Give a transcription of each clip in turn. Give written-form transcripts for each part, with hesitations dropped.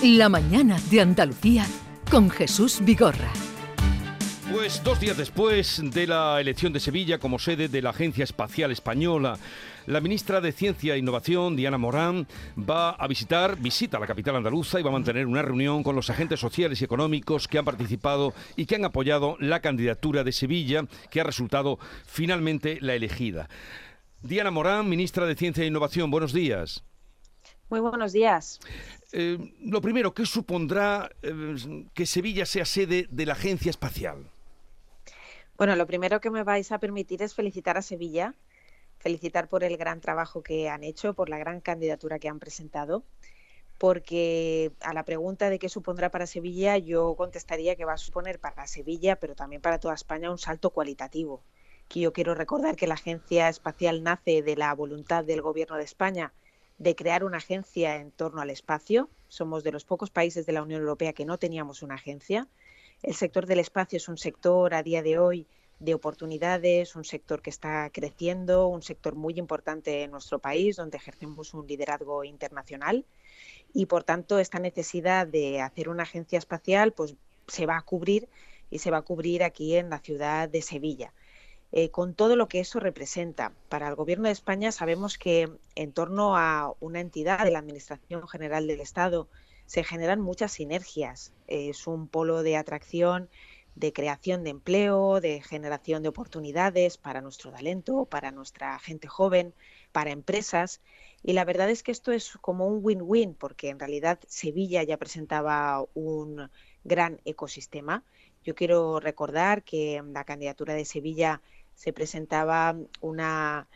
La mañana de Andalucía con Jesús Vigorra. Pues 2 días después de la elección de Sevilla como sede de la Agencia Espacial Española, la ministra de Ciencia e Innovación, Diana Morán, visita la capital andaluza y va a mantener una reunión con los agentes sociales y económicos que han participado y que han apoyado la candidatura de Sevilla, que ha resultado finalmente la elegida. Diana Morán, ministra de Ciencia e Innovación, buenos días. Muy buenos días. Lo primero, ¿qué supondrá que Sevilla sea sede de la Agencia Espacial? Bueno, lo primero que me vais a permitir es felicitar a Sevilla, felicitar por el gran trabajo que han hecho, por la gran candidatura que han presentado, porque a la pregunta de qué supondrá para Sevilla, yo contestaría que va a suponer para Sevilla, pero también para toda España, un salto cualitativo. Que yo quiero recordar que la Agencia Espacial nace de la voluntad del Gobierno de España de crear una agencia en torno al espacio. Somos de los pocos países de la Unión Europea que no teníamos una agencia. El sector del espacio es un sector a día de hoy de oportunidades, un sector que está creciendo, un sector muy importante en nuestro país, donde ejercemos un liderazgo internacional y, por tanto, esta necesidad de hacer una agencia espacial pues se va a cubrir y se va a cubrir aquí en la ciudad de Sevilla. Con todo lo que eso representa. Para el Gobierno de España sabemos que en torno a una entidad de la Administración General del Estado se generan muchas sinergias. Es un polo de atracción, de creación de empleo, de generación de oportunidades para nuestro talento, para nuestra gente joven, para empresas. Y la verdad es que esto es como un win-win, porque en realidad Sevilla ya presentaba un gran ecosistema. Yo quiero recordar que la candidatura de Sevilla se presentaba una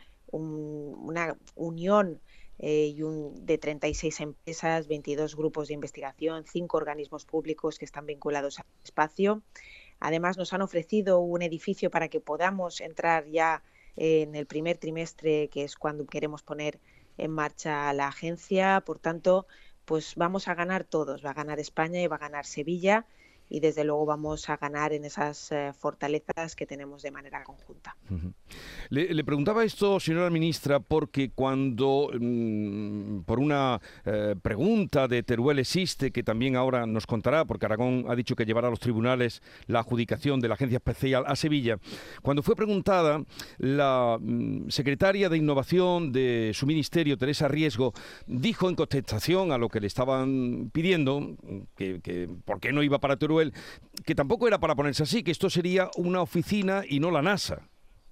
unión de 36 empresas, 22 grupos de investigación, 5 organismos públicos que están vinculados al espacio. Además, nos han ofrecido un edificio para que podamos entrar ya en el primer trimestre, que es cuando queremos poner en marcha la agencia. Por tanto, pues vamos a ganar todos. Va a ganar España y va a ganar Sevilla. Y desde luego vamos a ganar en esas fortalezas que tenemos de manera conjunta. Uh-huh. Le preguntaba esto, señora ministra, porque cuando, por una pregunta de Teruel Existe, que también ahora nos contará, porque Aragón ha dicho que llevará a los tribunales la adjudicación de la Agencia Espacial a Sevilla, cuando fue preguntada, la secretaria de Innovación de su ministerio, Teresa Riesgo, dijo en contestación a lo que le estaban pidiendo, que por qué no iba para Teruel, que tampoco era para ponerse así, que esto sería una oficina y no la NASA.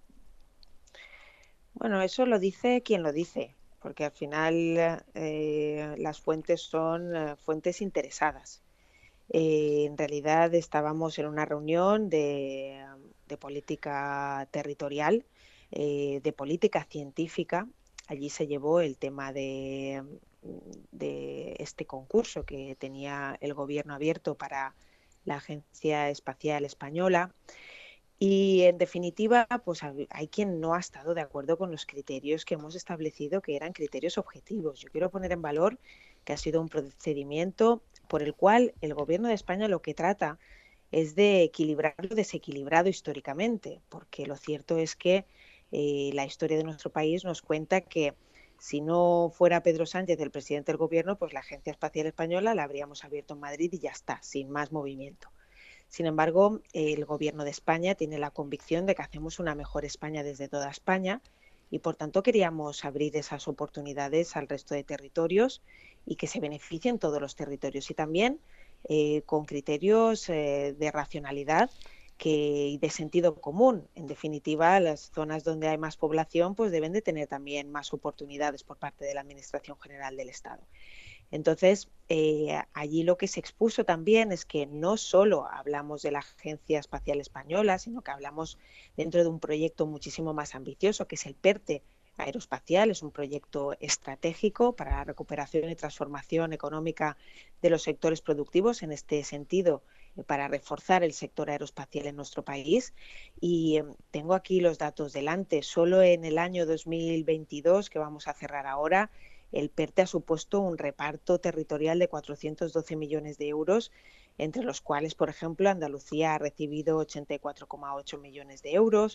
Bueno, eso lo dice quien lo dice, porque al final las fuentes son fuentes interesadas. En realidad estábamos en una reunión de política territorial, de política científica. Allí se llevó el tema de este concurso que tenía el gobierno abierto para la Agencia Espacial Española. Y en definitiva, pues hay quien no ha estado de acuerdo con los criterios que hemos establecido, que eran criterios objetivos. Yo quiero poner en valor que ha sido un procedimiento por el cual el Gobierno de España lo que trata es de equilibrar lo desequilibrado históricamente, porque lo cierto es que la historia de nuestro país nos cuenta que si no fuera Pedro Sánchez el presidente del Gobierno, pues la Agencia Espacial Española la habríamos abierto en Madrid y ya está, sin más movimiento. Sin embargo, el Gobierno de España tiene la convicción de que hacemos una mejor España desde toda España y, por tanto, queríamos abrir esas oportunidades al resto de territorios y que se beneficien todos los territorios y también con criterios de racionalidad y de sentido común. En definitiva, las zonas donde hay más población pues deben de tener también más oportunidades por parte de la Administración General del Estado. Entonces, allí lo que se expuso también es que no solo hablamos de la Agencia Espacial Española, sino que hablamos dentro de un proyecto muchísimo más ambicioso, que es el PERTE aeroespacial. Es un proyecto estratégico para la recuperación y transformación económica de los sectores productivos, en este sentido, para reforzar el sector aeroespacial en nuestro país. Y tengo aquí los datos delante. Solo en el año 2022, que vamos a cerrar ahora, el PERTE ha supuesto un reparto territorial de 412 millones de euros, entre los cuales, por ejemplo, Andalucía ha recibido 84,8 millones de euros,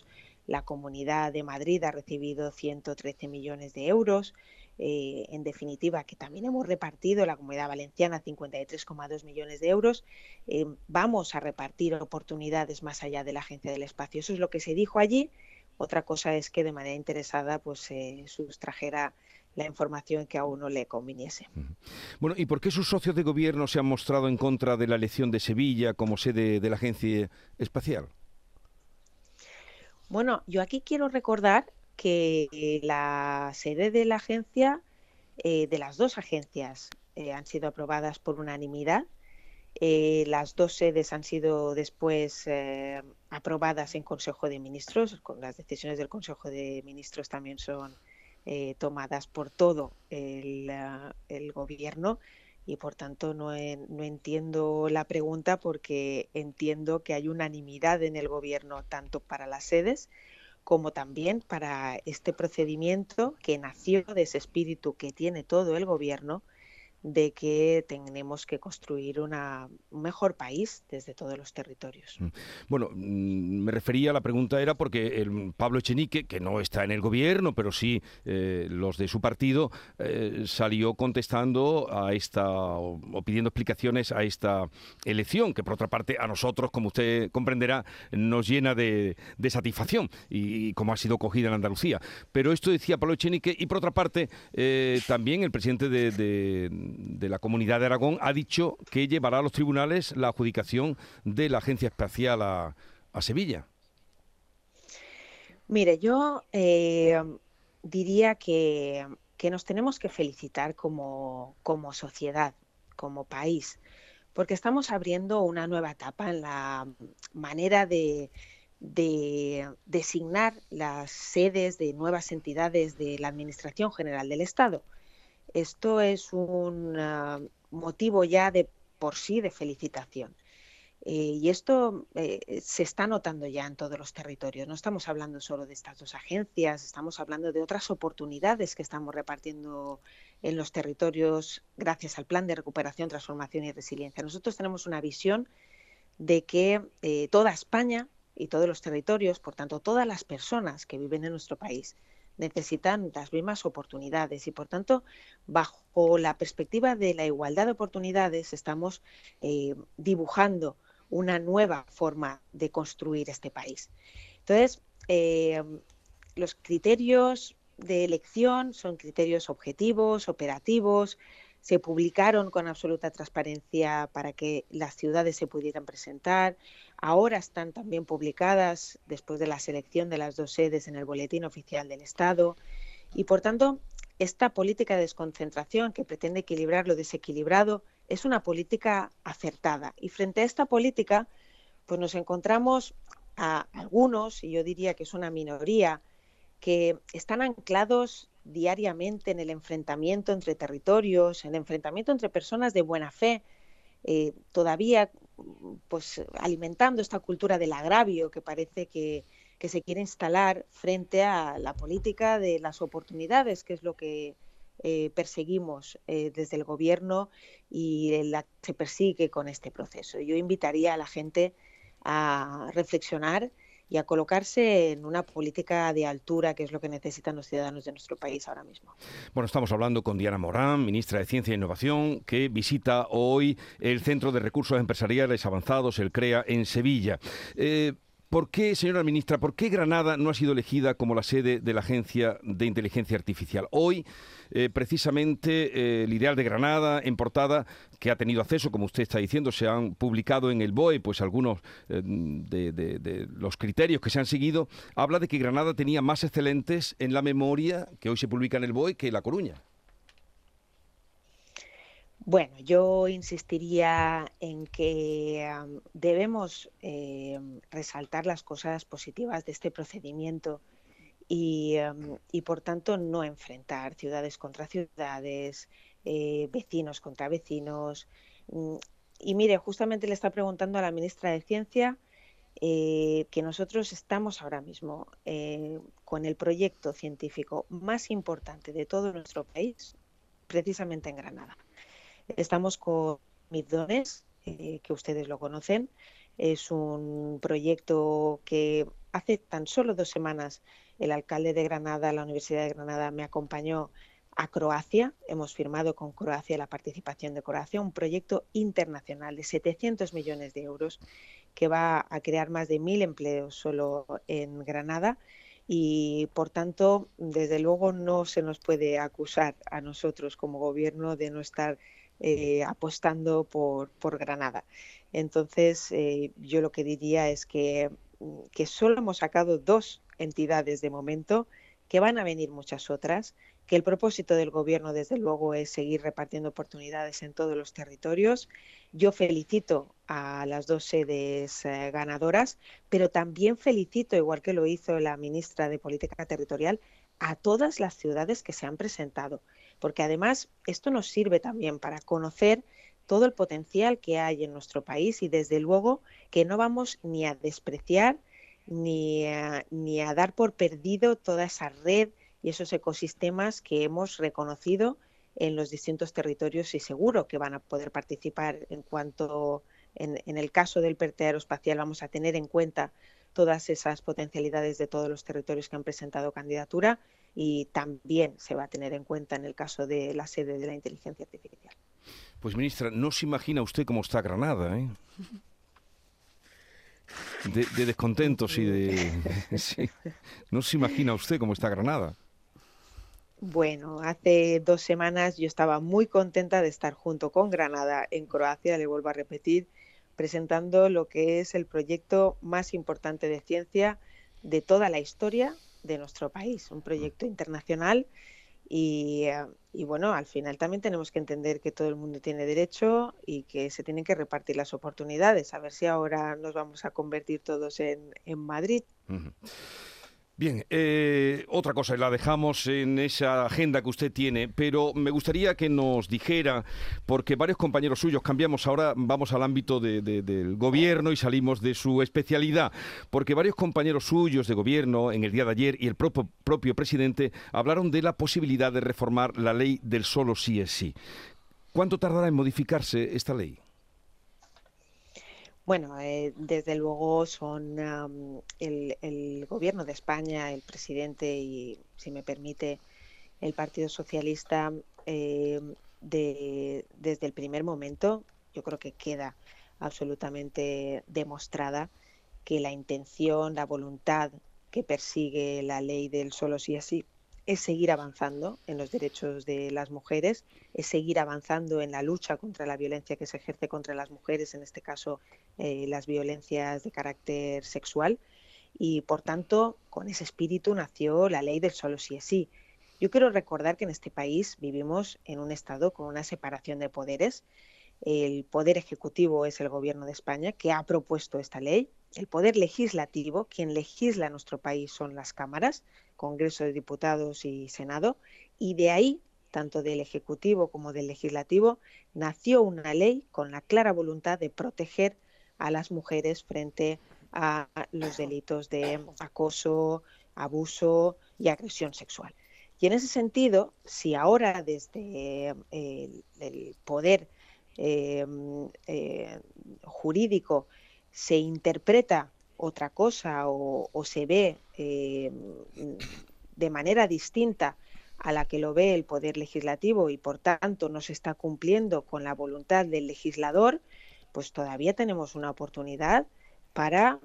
La Comunidad de Madrid ha recibido 113 millones de euros. En definitiva, que también hemos repartido la Comunidad Valenciana 53,2 millones de euros. Vamos a repartir oportunidades más allá de la Agencia del Espacio. Eso es lo que se dijo allí. Otra cosa es que de manera interesada pues se sustrajera la información que a uno le conviniese. Bueno, ¿y por qué sus socios de gobierno se han mostrado en contra de la elección de Sevilla como sede de la Agencia Espacial? Bueno, yo aquí quiero recordar que la sede de la agencia, de las dos agencias, han sido aprobadas por unanimidad. Las dos sedes han sido después aprobadas en Consejo de Ministros. Con las decisiones del Consejo de Ministros también son tomadas por todo el gobierno, y por tanto no entiendo la pregunta, porque entiendo que hay unanimidad en el gobierno tanto para las sedes como también para este procedimiento que nació de ese espíritu que tiene todo el gobierno, de que tenemos que construir un mejor país desde todos los territorios. Bueno, me refería, la pregunta era porque Pablo Echenique, que no está en el gobierno, pero sí los de su partido, salió contestando a esta, o pidiendo explicaciones a esta elección, que por otra parte a nosotros, como usted comprenderá, nos llena de satisfacción, y como ha sido cogida en Andalucía. Pero esto decía Pablo Echenique, y por otra parte también el presidente de la Comunidad de Aragón ha dicho que llevará a los tribunales la adjudicación de la Agencia Espacial a Sevilla. Mire, yo diría que nos tenemos que felicitar como sociedad, como país, porque estamos abriendo una nueva etapa en la manera de designar las sedes de nuevas entidades de la Administración General del Estado. Esto es un motivo ya de por sí de felicitación. Y esto se está notando ya en todos los territorios. No estamos hablando solo de estas dos agencias, estamos hablando de otras oportunidades que estamos repartiendo en los territorios gracias al Plan de Recuperación, Transformación y Resiliencia. Nosotros tenemos una visión de que toda España y todos los territorios, por tanto todas las personas que viven en nuestro país, necesitan las mismas oportunidades, y por tanto, bajo la perspectiva de la igualdad de oportunidades, estamos dibujando una nueva forma de construir este país. Entonces, los criterios de elección son criterios objetivos, operativos, se publicaron con absoluta transparencia para que las ciudades se pudieran presentar. Ahora están también publicadas, después de la selección de las dos sedes, en el Boletín Oficial del Estado. Y, por tanto, esta política de desconcentración que pretende equilibrar lo desequilibrado es una política acertada. Y frente a esta política, pues nos encontramos a algunos, y yo diría que es una minoría, que están anclados diariamente en el enfrentamiento entre territorios, en el enfrentamiento entre personas de buena fe, todavía pues alimentando esta cultura del agravio que parece que se quiere instalar frente a la política de las oportunidades, que es lo que perseguimos desde el gobierno y la que se persigue con este proceso. Yo invitaría a la gente a reflexionar y a colocarse en una política de altura, que es lo que necesitan los ciudadanos de nuestro país ahora mismo. Bueno, estamos hablando con Diana Morán, ministra de Ciencia e Innovación, que visita hoy el Centro de Recursos Empresariales Avanzados, el CREA, en Sevilla. ¿Por qué, señora ministra, por qué Granada no ha sido elegida como la sede de la Agencia de Inteligencia Artificial? Hoy, precisamente, el Ideal de Granada, en portada, que ha tenido acceso, como usted está diciendo, se han publicado en el BOE, pues algunos de los criterios que se han seguido, habla de que Granada tenía más excelentes en la memoria, que hoy se publica en el BOE, que La Coruña. Bueno, yo insistiría en que debemos resaltar las cosas positivas de este procedimiento y por tanto no enfrentar ciudades contra ciudades, vecinos contra vecinos. Y mire, justamente le está preguntando a la ministra de Ciencia que nosotros estamos ahora mismo con el proyecto científico más importante de todo nuestro país, precisamente en Granada. Estamos con MIPDONES, que ustedes lo conocen, Es un proyecto que hace tan solo 2 semanas el alcalde de Granada, la Universidad de Granada, me acompañó a Croacia. Hemos firmado con Croacia la participación de Croacia, un proyecto internacional de 700 millones de euros que va a crear más de 1.000 empleos solo en Granada y, por tanto, desde luego no se nos puede acusar a nosotros como gobierno de no estar apostando por Granada. Entonces, yo lo que diría es que solo hemos sacado 2 entidades de momento, que van a venir muchas otras, que el propósito del gobierno, desde luego, es seguir repartiendo oportunidades en todos los territorios. Yo felicito a las 2 sedes ganadoras, pero también felicito, igual que lo hizo la ministra de Política Territorial, a todas las ciudades que se han presentado, porque además esto nos sirve también para conocer todo el potencial que hay en nuestro país y, desde luego, que no vamos ni a despreciar ni a dar por perdido toda esa red y esos ecosistemas que hemos reconocido en los distintos territorios, y seguro que van a poder participar en el caso del PERTE aeroespacial. Vamos a tener en cuenta todas esas potencialidades de todos los territorios que han presentado candidatura, y también se va a tener en cuenta en el caso de la sede de la inteligencia artificial. Pues, ministra, no se imagina usted cómo está Granada, ¿eh? De descontentos y de... Sí. No se imagina usted cómo está Granada. Bueno, hace 2 semanas yo estaba muy contenta de estar junto con Granada en Croacia, le vuelvo a repetir, presentando lo que es el proyecto más importante de ciencia de toda la historia de nuestro país, un proyecto internacional y bueno, al final también tenemos que entender que todo el mundo tiene derecho y que se tienen que repartir las oportunidades. A ver si ahora nos vamos a convertir todos en Madrid. Uh-huh. Bien, otra cosa, la dejamos en esa agenda que usted tiene, pero me gustaría que nos dijera, porque varios compañeros suyos, cambiamos ahora, vamos al ámbito del gobierno y salimos de su especialidad, porque varios compañeros suyos de gobierno en el día de ayer y el propio presidente hablaron de la posibilidad de reformar la ley del solo sí es sí. ¿Cuánto tardará en modificarse esta ley? Bueno, desde luego son el Gobierno de España, el presidente y, si me permite, el Partido Socialista, desde el primer momento, yo creo que queda absolutamente demostrada que la intención, la voluntad que persigue la ley del solo sí es sí es seguir avanzando en los derechos de las mujeres, es seguir avanzando en la lucha contra la violencia que se ejerce contra las mujeres, en este caso las violencias de carácter sexual, y por tanto con ese espíritu nació la ley del solo sí es sí. Yo quiero recordar que en este país vivimos en un estado con una separación de poderes. El poder ejecutivo es el Gobierno de España, que ha propuesto esta ley. El poder legislativo, quien legisla en nuestro país, son las cámaras, Congreso de Diputados y Senado, y de ahí, tanto del Ejecutivo como del Legislativo, nació una ley con la clara voluntad de proteger a las mujeres frente a los delitos de acoso, abuso y agresión sexual. Y en ese sentido, si ahora desde el poder jurídico se interpreta otra cosa o se ve de manera distinta a la que lo ve el Poder Legislativo y, por tanto, no se está cumpliendo con la voluntad del legislador, pues todavía tenemos una oportunidad para,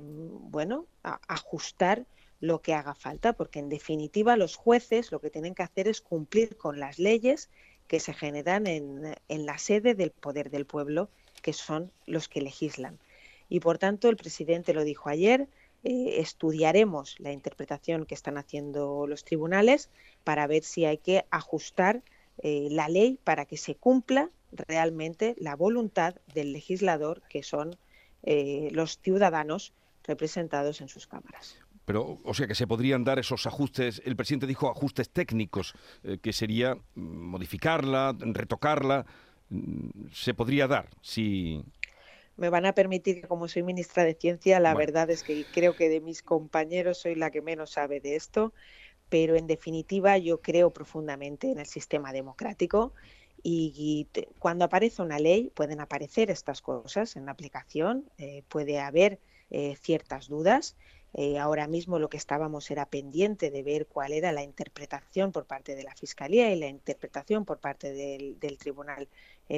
ajustar lo que haga falta, porque en definitiva los jueces lo que tienen que hacer es cumplir con las leyes que se generan en la sede del poder del pueblo, que son los que legislan. Y por tanto, el presidente lo dijo ayer, estudiaremos la interpretación que están haciendo los tribunales para ver si hay que ajustar la ley para que se cumpla realmente la voluntad del legislador, que son los ciudadanos representados en sus cámaras. Pero, o sea, que se podrían dar esos ajustes, el presidente dijo ajustes técnicos, que sería modificarla, retocarla, se podría dar, si... Me van a permitir que, como soy ministra de Ciencia, la verdad es que creo que de mis compañeros soy la que menos sabe de esto, pero en definitiva yo creo profundamente en el sistema democrático Cuando aparece una ley pueden aparecer estas cosas en la aplicación, puede haber ciertas dudas. Ahora mismo lo que estábamos era pendiente de ver cuál era la interpretación por parte de la Fiscalía y la interpretación por parte del Tribunal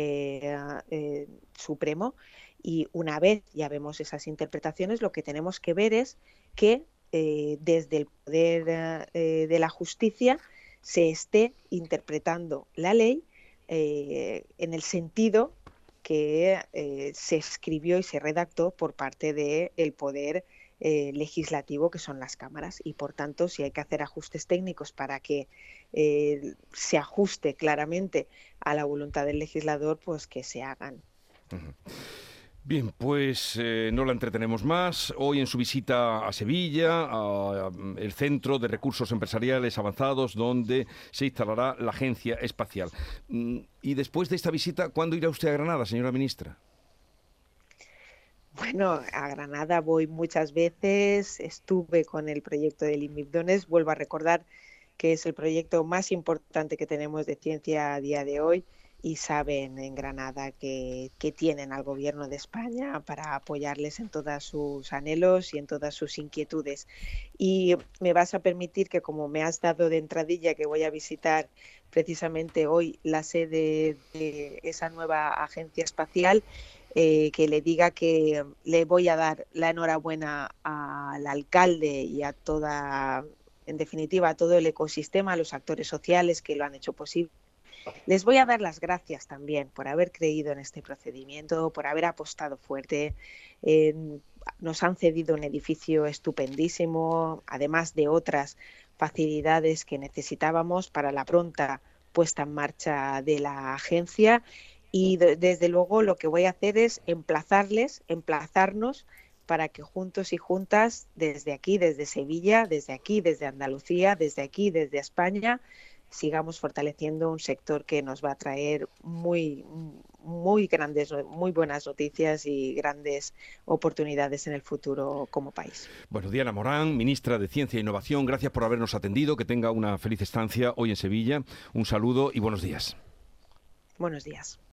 Supremo. Y una vez ya vemos esas interpretaciones, lo que tenemos que ver es que desde el poder de la justicia se esté interpretando la ley en el sentido que se escribió y se redactó por parte del poder legislativo, que son las cámaras, y por tanto si hay que hacer ajustes técnicos para que se ajuste claramente a la voluntad del legislador, pues que se hagan. Uh-huh. Bien, pues no la entretenemos más. Hoy en su visita a Sevilla, el Centro de Recursos Empresariales Avanzados, donde se instalará la Agencia Espacial. Y después de esta visita, ¿cuándo irá usted a Granada, señora ministra? Bueno, a Granada voy muchas veces, estuve con el proyecto del INMIBDONES, vuelvo a recordar que es el proyecto más importante que tenemos de ciencia a día de hoy, y saben en Granada que tienen al Gobierno de España para apoyarles en todos sus anhelos y en todas sus inquietudes. Y me vas a permitir que, como me has dado de entradilla, que voy a visitar precisamente hoy la sede de esa nueva agencia espacial, que le diga que le voy a dar la enhorabuena al alcalde y a toda, en definitiva, a todo el ecosistema, a los actores sociales que lo han hecho posible. Les voy a dar las gracias también por haber creído en este procedimiento, por haber apostado fuerte. Nos han cedido un edificio estupendísimo, además de otras facilidades que necesitábamos para la pronta puesta en marcha de la agencia. Y desde luego lo que voy a hacer es emplazarnos para que juntos y juntas, desde aquí, desde Sevilla, desde aquí, desde Andalucía, desde aquí, desde España, sigamos fortaleciendo un sector que nos va a traer muy buenas noticias y grandes oportunidades en el futuro como país. Bueno, Diana Morán, ministra de Ciencia e Innovación, gracias por habernos atendido. Que tenga una feliz estancia hoy en Sevilla. Un saludo y buenos días. Buenos días.